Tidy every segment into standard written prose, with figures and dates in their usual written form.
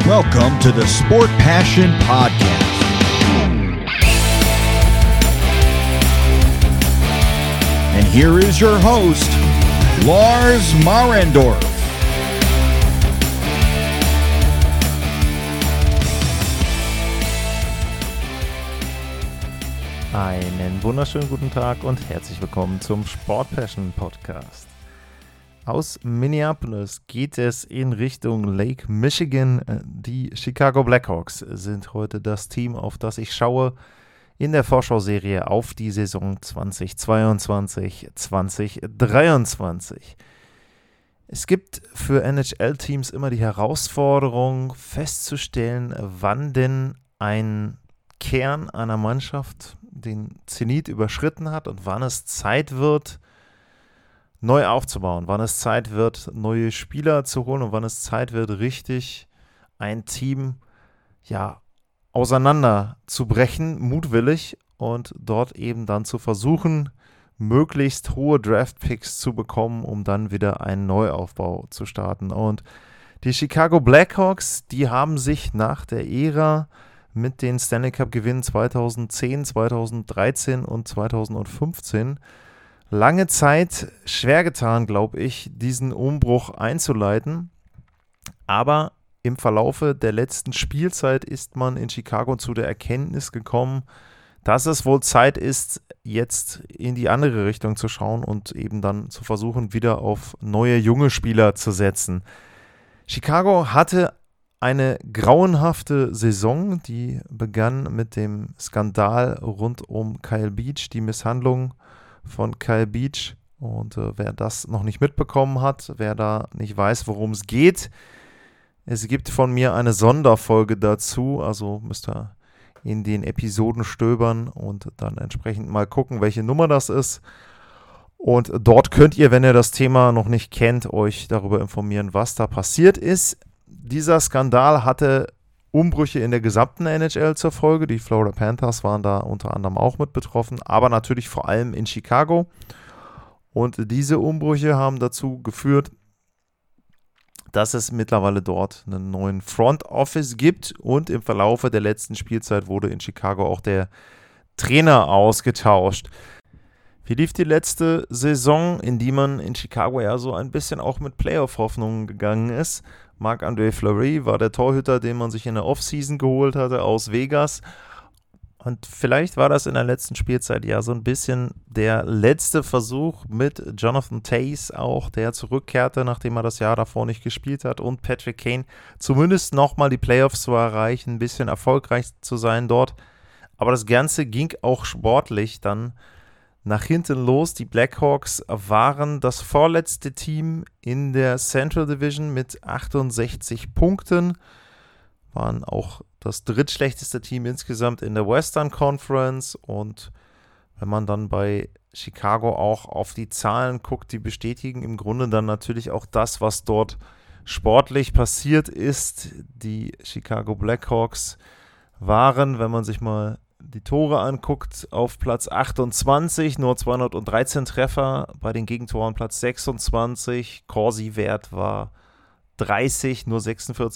Welcome to the Sport Passion Podcast. And here is your host, Lars Marendorf. Einen wunderschönen guten Tag und herzlich willkommen zum Sport Passion Podcast. Aus Minneapolis geht es in Richtung Lake Michigan. Die Chicago Blackhawks sind heute das Team, auf das ich schaue in der Vorschauserie auf die Saison 2022-2023. Es gibt für NHL-Teams immer die Herausforderung festzustellen, wann denn ein Kern einer Mannschaft den Zenit überschritten hat und wann es Zeit wird, neu aufzubauen, wann es Zeit wird, neue Spieler zu holen und wann es Zeit wird, richtig ein Team auseinanderzubrechen, mutwillig, und dort eben dann zu versuchen, möglichst hohe Draft-Picks zu bekommen, um dann wieder einen Neuaufbau zu starten. Und die Chicago Blackhawks, die haben sich nach der Ära mit den Stanley Cup-Gewinnen 2010, 2013 und 2015 lange Zeit schwer getan, glaube ich, diesen Umbruch einzuleiten. Aber im Verlaufe der letzten Spielzeit ist man in Chicago zu der Erkenntnis gekommen, dass es wohl Zeit ist, jetzt in die andere Richtung zu schauen und eben dann zu versuchen, wieder auf neue junge Spieler zu setzen. Chicago hatte eine grauenhafte Saison, die begann mit dem Skandal rund um Kyle Beach, die Misshandlung von Kyle Beach. Und wer das noch nicht mitbekommen hat, wer da nicht weiß, worum es geht, es gibt von mir eine Sonderfolge dazu, also müsst ihr in den Episoden stöbern und dann entsprechend mal gucken, welche Nummer das ist. Und dort könnt ihr, wenn ihr das Thema noch nicht kennt, euch darüber informieren, was da passiert ist. Dieser Skandal hatte Umbrüche in der gesamten NHL zur Folge. Die Florida Panthers waren da unter anderem auch mit betroffen, aber natürlich vor allem in Chicago. Und diese Umbrüche haben dazu geführt, dass es mittlerweile dort einen neuen Front Office gibt. Und im Verlaufe der letzten Spielzeit wurde in Chicago auch der Trainer ausgetauscht. Wie lief die letzte Saison, in die man in Chicago ja so ein bisschen auch mit Playoff-Hoffnungen gegangen ist? Marc-André Fleury war der Torhüter, den man sich in der Offseason geholt hatte aus Vegas. Und vielleicht war das in der letzten Spielzeit ja so ein bisschen der letzte Versuch mit Jonathan Toews auch, der zurückkehrte, nachdem er das Jahr davor nicht gespielt hat, und Patrick Kane zumindest nochmal die Playoffs zu erreichen, ein bisschen erfolgreich zu sein dort. Aber das Ganze ging auch sportlich dann nach hinten los. Die Blackhawks waren das vorletzte Team in der Central Division mit 68 Punkten, waren auch das drittschlechteste Team insgesamt in der Western Conference. Und wenn man dann bei Chicago auch auf die Zahlen guckt, die bestätigen im Grunde dann natürlich auch das, was dort sportlich passiert ist. Die Chicago Blackhawks waren, wenn man sich mal die Tore anguckt, auf Platz 28, nur 213 Treffer, bei den Gegentoren Platz 26, Corsi-Wert war 30, nur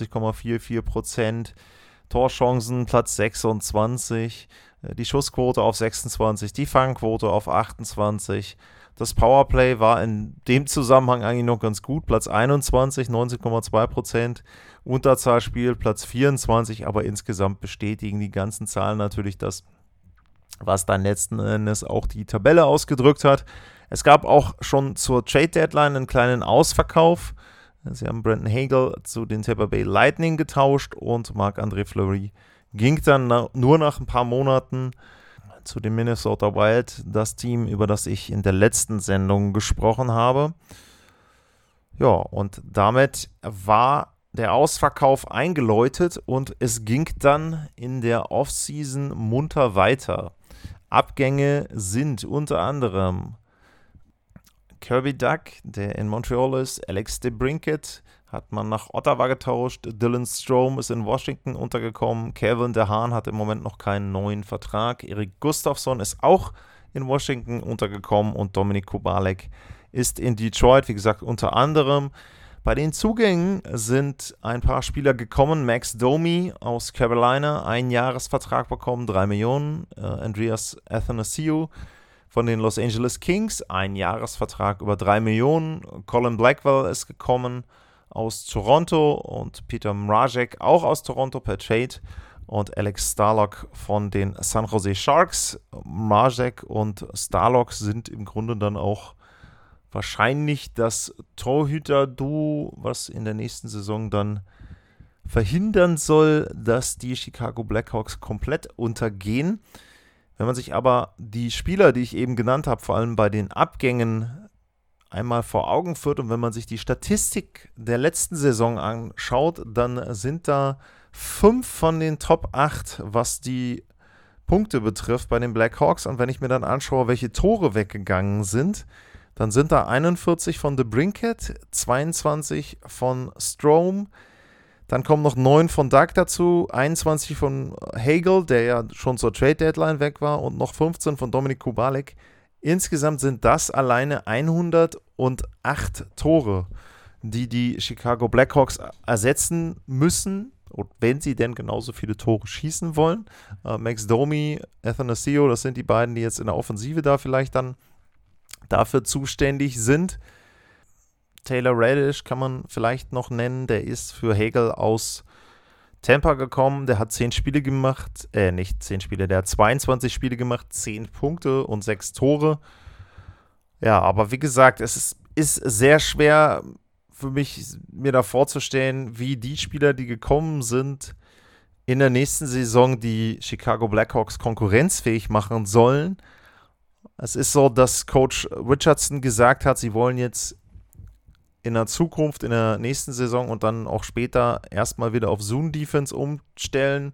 46,44%, Torchancen Platz 26, die Schussquote auf 26, die Fangquote auf 28, das Powerplay war in dem Zusammenhang eigentlich noch ganz gut, Platz 21, 19,2%, Unterzahlspiel Platz 24, aber insgesamt bestätigen die ganzen Zahlen natürlich das, was dann letzten Endes auch die Tabelle ausgedrückt hat. Es gab auch schon zur Trade-Deadline einen kleinen Ausverkauf. Sie haben Brandon Hagel zu den Tampa Bay Lightning getauscht und Marc-André Fleury ging dann nur nach ein paar Monaten zu den Minnesota Wild, das Team, über das ich in der letzten Sendung gesprochen habe. Ja, und damit war der Ausverkauf eingeläutet und es ging dann in der Offseason munter weiter. Abgänge sind unter anderem Kirby Duck, der in Montreal ist, Alex DeBrincat hat man nach Ottawa getauscht, Dylan Strome ist in Washington untergekommen, Calvin DeHaan hat im Moment noch keinen neuen Vertrag, Erik Gustafsson ist auch in Washington untergekommen und Dominik Kubalek ist in Detroit, wie gesagt, unter anderem. Bei den Zugängen sind ein paar Spieler gekommen. Max Domi aus Carolina, ein Jahresvertrag bekommen, 3 Millionen. Andreas Athanasiou von den Los Angeles Kings, ein Jahresvertrag über 3 Millionen. Colin Blackwell ist gekommen aus Toronto und Peter Mrazek auch aus Toronto per Trade. Und Alex Starlock von den San Jose Sharks. Mrazek und Starlock sind im Grunde dann auch wahrscheinlich das Torhüter-Duo, was in der nächsten Saison dann verhindern soll, dass die Chicago Blackhawks komplett untergehen. Wenn man sich aber die Spieler, die ich eben genannt habe, vor allem bei den Abgängen einmal vor Augen führt und wenn man sich die Statistik der letzten Saison anschaut, dann sind da 5 von den Top 8, was die Punkte betrifft bei den Blackhawks. Und wenn ich mir dann anschaue, welche Tore weggegangen sind, dann sind da 41 von DeBrincat, 22 von Strome, dann kommen noch 9 von Doug dazu, 21 von Hagel, der ja schon zur Trade-Deadline weg war, und noch 15 von Dominik Kubalik. Insgesamt sind das alleine 108 Tore, die Chicago Blackhawks ersetzen müssen, und wenn sie denn genauso viele Tore schießen wollen. Max Domi, Athanasiou, das sind die beiden, die jetzt in der Offensive da vielleicht dann dafür zuständig sind. Taylor Radish kann man vielleicht noch nennen, der ist für Hagel aus Tampa gekommen, der hat 10 Spiele gemacht, nicht 10 Spiele, der hat 22 Spiele gemacht, 10 Punkte und 6 Tore. Ja, aber wie gesagt, es ist sehr schwer für mich, mir da vorzustellen, wie die Spieler, die gekommen sind, in der nächsten Saison die Chicago Blackhawks konkurrenzfähig machen sollen. Es ist so, dass Coach Richardson gesagt hat, sie wollen jetzt in der Zukunft, in der nächsten Saison und dann auch später erstmal wieder auf Zone-Defense umstellen,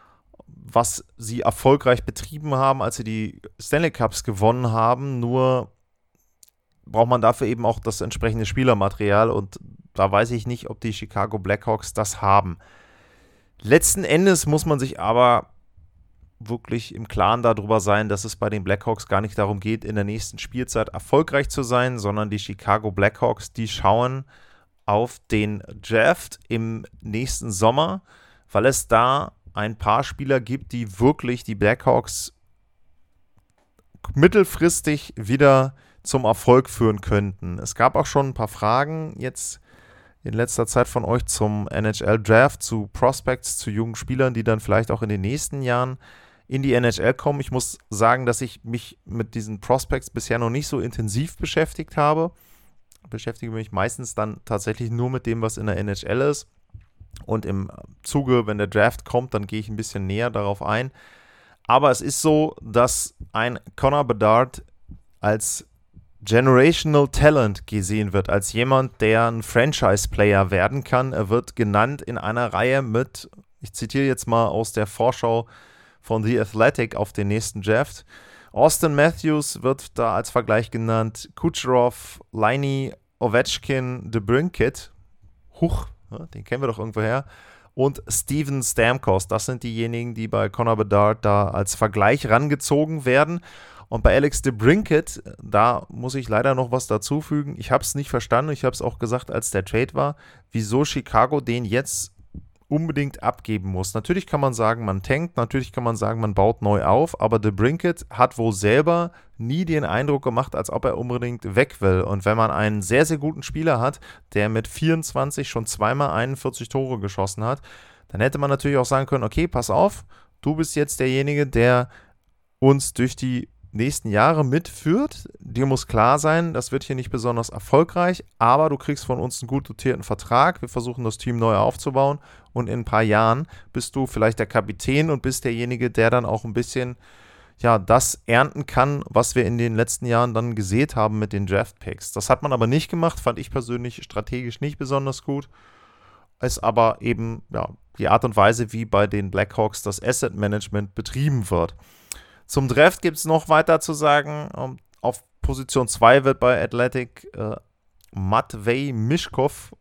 was sie erfolgreich betrieben haben, als sie die Stanley Cups gewonnen haben. Nur braucht man dafür eben auch das entsprechende Spielermaterial und da weiß ich nicht, ob die Chicago Blackhawks das haben. Letzten Endes muss man sich aber wirklich im Klaren darüber sein, dass es bei den Blackhawks gar nicht darum geht, in der nächsten Spielzeit erfolgreich zu sein, sondern die Chicago Blackhawks, die schauen auf den Draft im nächsten Sommer, weil es da ein paar Spieler gibt, die wirklich die Blackhawks mittelfristig wieder zum Erfolg führen könnten. Es gab auch schon ein paar Fragen jetzt in letzter Zeit von euch zum NHL-Draft, zu Prospects, zu jungen Spielern, die dann vielleicht auch in den nächsten Jahren in die NHL kommen. Ich muss sagen, dass ich mich mit diesen Prospects bisher noch nicht so intensiv beschäftigt habe. Ich beschäftige mich meistens dann tatsächlich nur mit dem, was in der NHL ist. Und im Zuge, wenn der Draft kommt, dann gehe ich ein bisschen näher darauf ein. Aber es ist so, dass ein Connor Bedard als Generational Talent gesehen wird, als jemand, der ein Franchise-Player werden kann. Er wird genannt in einer Reihe mit, ich zitiere jetzt mal aus der Vorschau von The Athletic auf den nächsten Draft. Austin Matthews wird da als Vergleich genannt, Kucherov, Laine, Ovechkin, DeBrincat, den kennen wir doch irgendwoher, und Steven Stamkos. Das sind diejenigen, die bei Connor Bedard da als Vergleich rangezogen werden. Und bei Alex DeBrincat, da muss ich leider noch was dazufügen. Ich habe es nicht verstanden, ich habe es auch gesagt, als der Trade war, wieso Chicago den jetzt unbedingt abgeben muss. Natürlich kann man sagen, man tankt, natürlich kann man sagen, man baut neu auf, aber DeBrincat hat wohl selber nie den Eindruck gemacht, als ob er unbedingt weg will. Und wenn man einen sehr, sehr guten Spieler hat, der mit 24 schon zweimal 41 Tore geschossen hat, dann hätte man natürlich auch sagen können, okay, pass auf, du bist jetzt derjenige, der uns durch die nächsten Jahre mitführt. Dir muss klar sein, das wird hier nicht besonders erfolgreich, aber du kriegst von uns einen gut dotierten Vertrag. Wir versuchen das Team neu aufzubauen und in ein paar Jahren bist du vielleicht der Kapitän und bist derjenige, der dann auch ein bisschen das ernten kann, was wir in den letzten Jahren dann gesät haben mit den Draft-Picks. Das hat man aber nicht gemacht, fand ich persönlich strategisch nicht besonders gut. Ist aber eben die Art und Weise, wie bei den Blackhawks das Asset-Management betrieben wird. Zum Draft gibt es noch weiter zu sagen. Auf Position 2 wird bei Athletic Matvei Mischkov,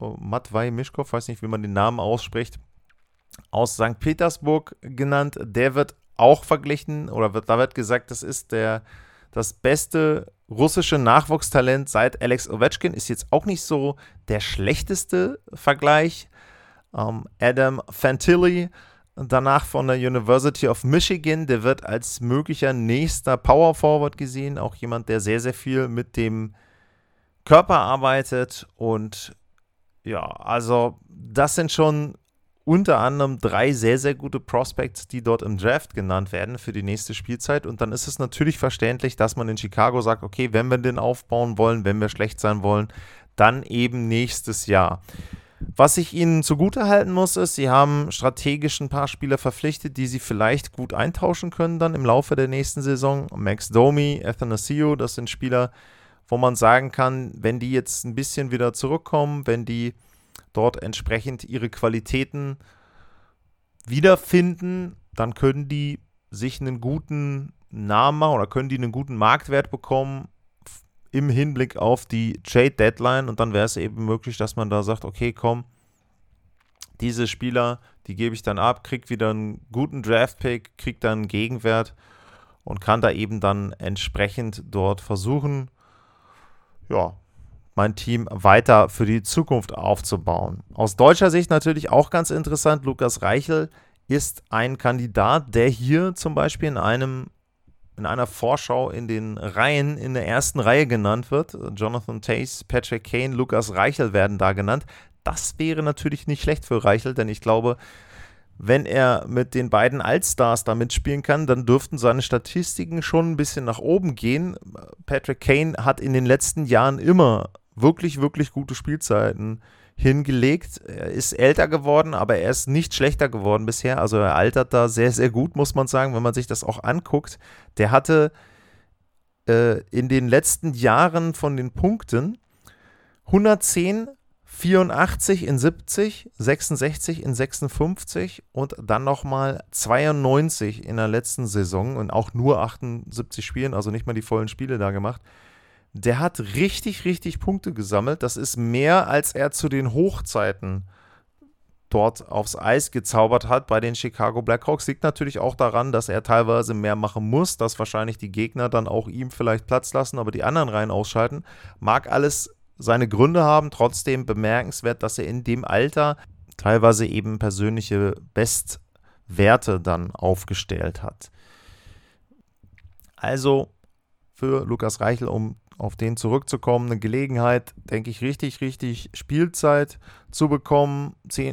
weiß nicht, wie man den Namen ausspricht, aus St. Petersburg genannt. Der wird auch verglichen, oder da wird gesagt, das ist das beste russische Nachwuchstalent seit Alex Ovechkin, ist jetzt auch nicht so der schlechteste Vergleich. Adam Fantilli, danach von der University of Michigan, der wird als möglicher nächster Power Forward gesehen, auch jemand, der sehr, sehr viel mit dem Körper arbeitet. Und ja, also das sind schon unter anderem 3 sehr, sehr gute Prospects, die dort im Draft genannt werden für die nächste Spielzeit. Und dann ist es natürlich verständlich, dass man in Chicago sagt, okay, wenn wir den aufbauen wollen, wenn wir schlecht sein wollen, dann eben nächstes Jahr. Was ich ihnen zugutehalten muss, ist, sie haben strategisch ein paar Spieler verpflichtet, die sie vielleicht gut eintauschen können dann im Laufe der nächsten Saison. Max Domi, Athanasiou, das sind Spieler, wo man sagen kann, wenn die jetzt ein bisschen wieder zurückkommen, wenn die dort entsprechend ihre Qualitäten wiederfinden, dann können die sich einen guten Namen machen oder können die einen guten Marktwert bekommen im Hinblick auf die Trade-Deadline, und dann wäre es eben möglich, dass man da sagt, okay, komm, diese Spieler, die gebe ich dann ab, kriegt wieder einen guten Draft-Pick, kriegt dann einen Gegenwert und kann da eben dann entsprechend dort versuchen, ja, mein Team weiter für die Zukunft aufzubauen. Aus deutscher Sicht natürlich auch ganz interessant, Lukas Reichel ist ein Kandidat, der hier zum Beispiel in einer Vorschau in den Reihen, in der ersten Reihe genannt wird. Jonathan Toews, Patrick Kane, Lukas Reichel werden da genannt. Das wäre natürlich nicht schlecht für Reichel, denn ich glaube, wenn er mit den beiden Allstars da mitspielen kann, dann dürften seine Statistiken schon ein bisschen nach oben gehen. Patrick Kane hat in den letzten Jahren immer wirklich, wirklich gute Spielzeiten hingelegt. Er ist älter geworden, aber er ist nicht schlechter geworden bisher. Also er altert da sehr, sehr gut, muss man sagen, wenn man sich das auch anguckt. Der hatte in den letzten Jahren von den Punkten 110, 84 in 70, 66 in 56 und dann nochmal 92 in der letzten Saison und auch nur 78 Spielen, also nicht mal die vollen Spiele da gemacht. Der hat richtig, richtig Punkte gesammelt. Das ist mehr, als er zu den Hochzeiten dort aufs Eis gezaubert hat bei den Chicago Blackhawks. Liegt natürlich auch daran, dass er teilweise mehr machen muss, dass wahrscheinlich die Gegner dann auch ihm vielleicht Platz lassen, aber die anderen Reihen ausschalten. Mag alles seine Gründe haben, trotzdem bemerkenswert, dass er in dem Alter teilweise eben persönliche Bestwerte dann aufgestellt hat. Also für Lukas Reichel, um auf den zurückzukommen, eine Gelegenheit, denke ich, richtig, richtig Spielzeit zu bekommen.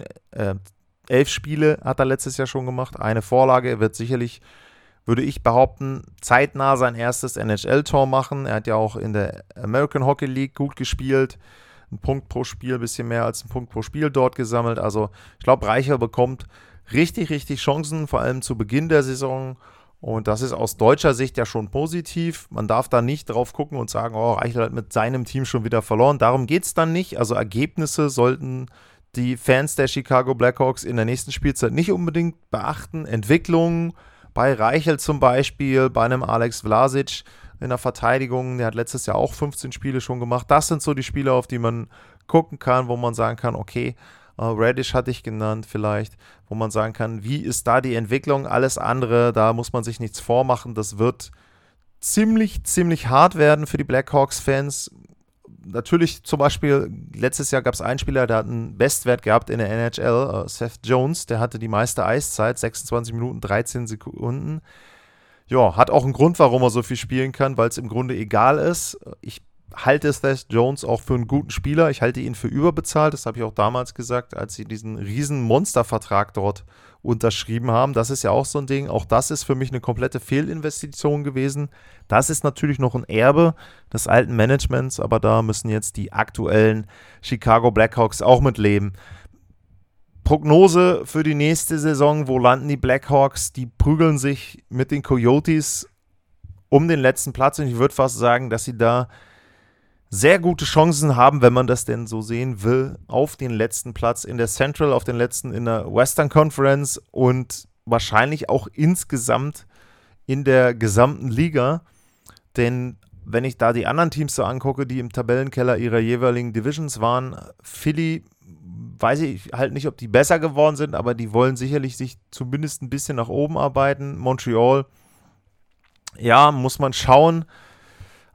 11 Spiele hat er letztes Jahr schon gemacht, eine Vorlage. Er wird sicherlich, würde ich behaupten, zeitnah sein erstes NHL-Tor machen. Er hat ja auch in der American Hockey League gut gespielt. Ein Punkt pro Spiel, ein bisschen mehr als ein Punkt pro Spiel dort gesammelt. Also ich glaube, Reichel bekommt richtig, richtig Chancen, vor allem zu Beginn der Saison. Und das ist aus deutscher Sicht ja schon positiv. Man darf da nicht drauf gucken und sagen, oh, Reichel hat mit seinem Team schon wieder verloren. Darum geht es dann nicht. Also Ergebnisse sollten die Fans der Chicago Blackhawks in der nächsten Spielzeit nicht unbedingt beachten. Entwicklungen bei Reichel zum Beispiel, bei einem Alex Vlasic in der Verteidigung, der hat letztes Jahr auch 15 Spiele schon gemacht. Das sind so die Spiele, auf die man gucken kann, wo man sagen kann, okay, Radish hatte ich genannt vielleicht, wo man sagen kann, wie ist da die Entwicklung? Alles andere, da muss man sich nichts vormachen. Das wird ziemlich, ziemlich hart werden für die Blackhawks-Fans. Natürlich zum Beispiel, letztes Jahr gab es einen Spieler, der hat einen Bestwert gehabt in der NHL, Seth Jones, der hatte die meiste Eiszeit, 26 Minuten, 13 Sekunden. Ja, hat auch einen Grund, warum er so viel spielen kann, weil es im Grunde egal ist. Ich halte Seth Jones auch für einen guten Spieler. Ich halte ihn für überbezahlt. Das habe ich auch damals gesagt, als sie diesen riesen Monstervertrag dort unterschrieben haben. Das ist ja auch so ein Ding. Auch das ist für mich eine komplette Fehlinvestition gewesen. Das ist natürlich noch ein Erbe des alten Managements, aber da müssen jetzt die aktuellen Chicago Blackhawks auch mit leben. Prognose für die nächste Saison, wo landen die Blackhawks? Die prügeln sich mit den Coyotes um den letzten Platz und ich würde fast sagen, dass sie da sehr gute Chancen haben, wenn man das denn so sehen will, auf den letzten Platz in der Central, auf den letzten in der Western Conference und wahrscheinlich auch insgesamt in der gesamten Liga. Denn wenn ich da die anderen Teams so angucke, die im Tabellenkeller ihrer jeweiligen Divisions waren, Philly, weiß ich halt nicht, ob die besser geworden sind, aber die wollen sicherlich sich zumindest ein bisschen nach oben arbeiten. Montreal, ja, muss man schauen.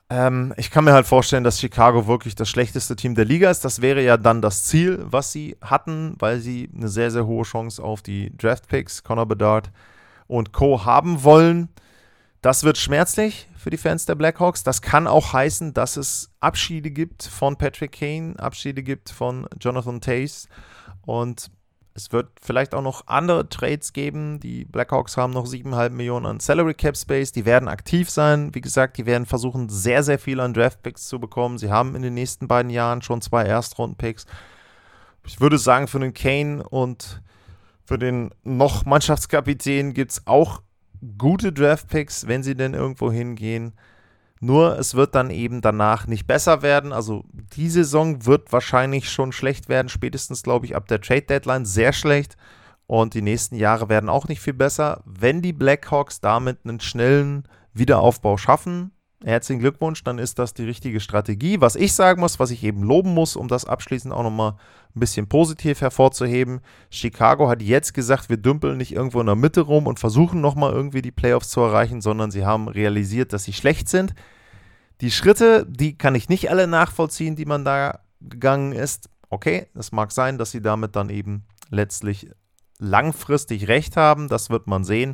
Ich kann mir halt vorstellen, dass Chicago wirklich das schlechteste Team der Liga ist. Das wäre ja dann das Ziel, was sie hatten, weil sie eine sehr, sehr hohe Chance auf die Draftpicks, Connor Bedard und Co. haben wollen. Das wird schmerzlich für die Fans der Blackhawks. Das kann auch heißen, dass es Abschiede gibt von Patrick Kane, Abschiede gibt von Jonathan Toews und es wird vielleicht auch noch andere Trades geben. Die Blackhawks haben noch 7,5 Millionen an Salary Cap Space. Die werden aktiv sein. Wie gesagt, die werden versuchen, sehr, sehr viel an Draft-Picks zu bekommen. Sie haben in den nächsten beiden Jahren schon 2 Erstrunden-Picks. Ich würde sagen, für den Kane und für den noch Mannschaftskapitän gibt es auch gute Draft-Picks, wenn sie denn irgendwo hingehen. Nur es wird dann eben danach nicht besser werden. Also die Saison wird wahrscheinlich schon schlecht werden, spätestens glaube ich ab der Trade-Deadline sehr schlecht. Und die nächsten Jahre werden auch nicht viel besser. Wenn die Blackhawks damit einen schnellen Wiederaufbau schaffen, herzlichen Glückwunsch, dann ist das die richtige Strategie. Was ich sagen muss, was ich eben loben muss, um das abschließend auch nochmal ein bisschen positiv hervorzuheben. Chicago hat jetzt gesagt, wir dümpeln nicht irgendwo in der Mitte rum und versuchen nochmal irgendwie die Playoffs zu erreichen, sondern sie haben realisiert, dass sie schlecht sind. Die Schritte, die kann ich nicht alle nachvollziehen, die man da gegangen ist. Okay, es mag sein, dass sie damit dann eben letztlich langfristig recht haben. Das wird man sehen.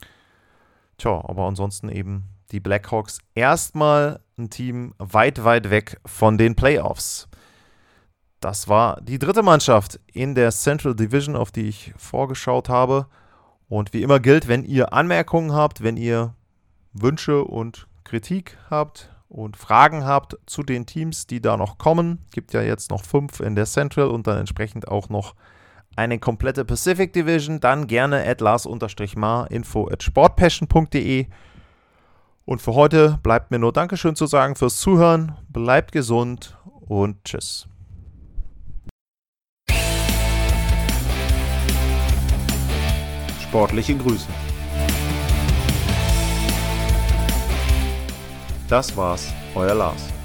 Tja, aber ansonsten eben die Blackhawks erstmal ein Team weit, weit weg von den Playoffs. Das war die dritte Mannschaft in der Central Division, auf die ich vorgeschaut habe. Und wie immer gilt, wenn ihr Anmerkungen habt, wenn ihr Wünsche und Kritik habt und Fragen habt zu den Teams, die da noch kommen, gibt ja jetzt noch 5 in der Central und dann entsprechend auch noch eine komplette Pacific Division, dann gerne @Lars_Mar, info@sportpassion.de. Und für heute bleibt mir nur Dankeschön zu sagen fürs Zuhören, bleibt gesund und tschüss. Sportliche Grüße. Das war's, euer Lars.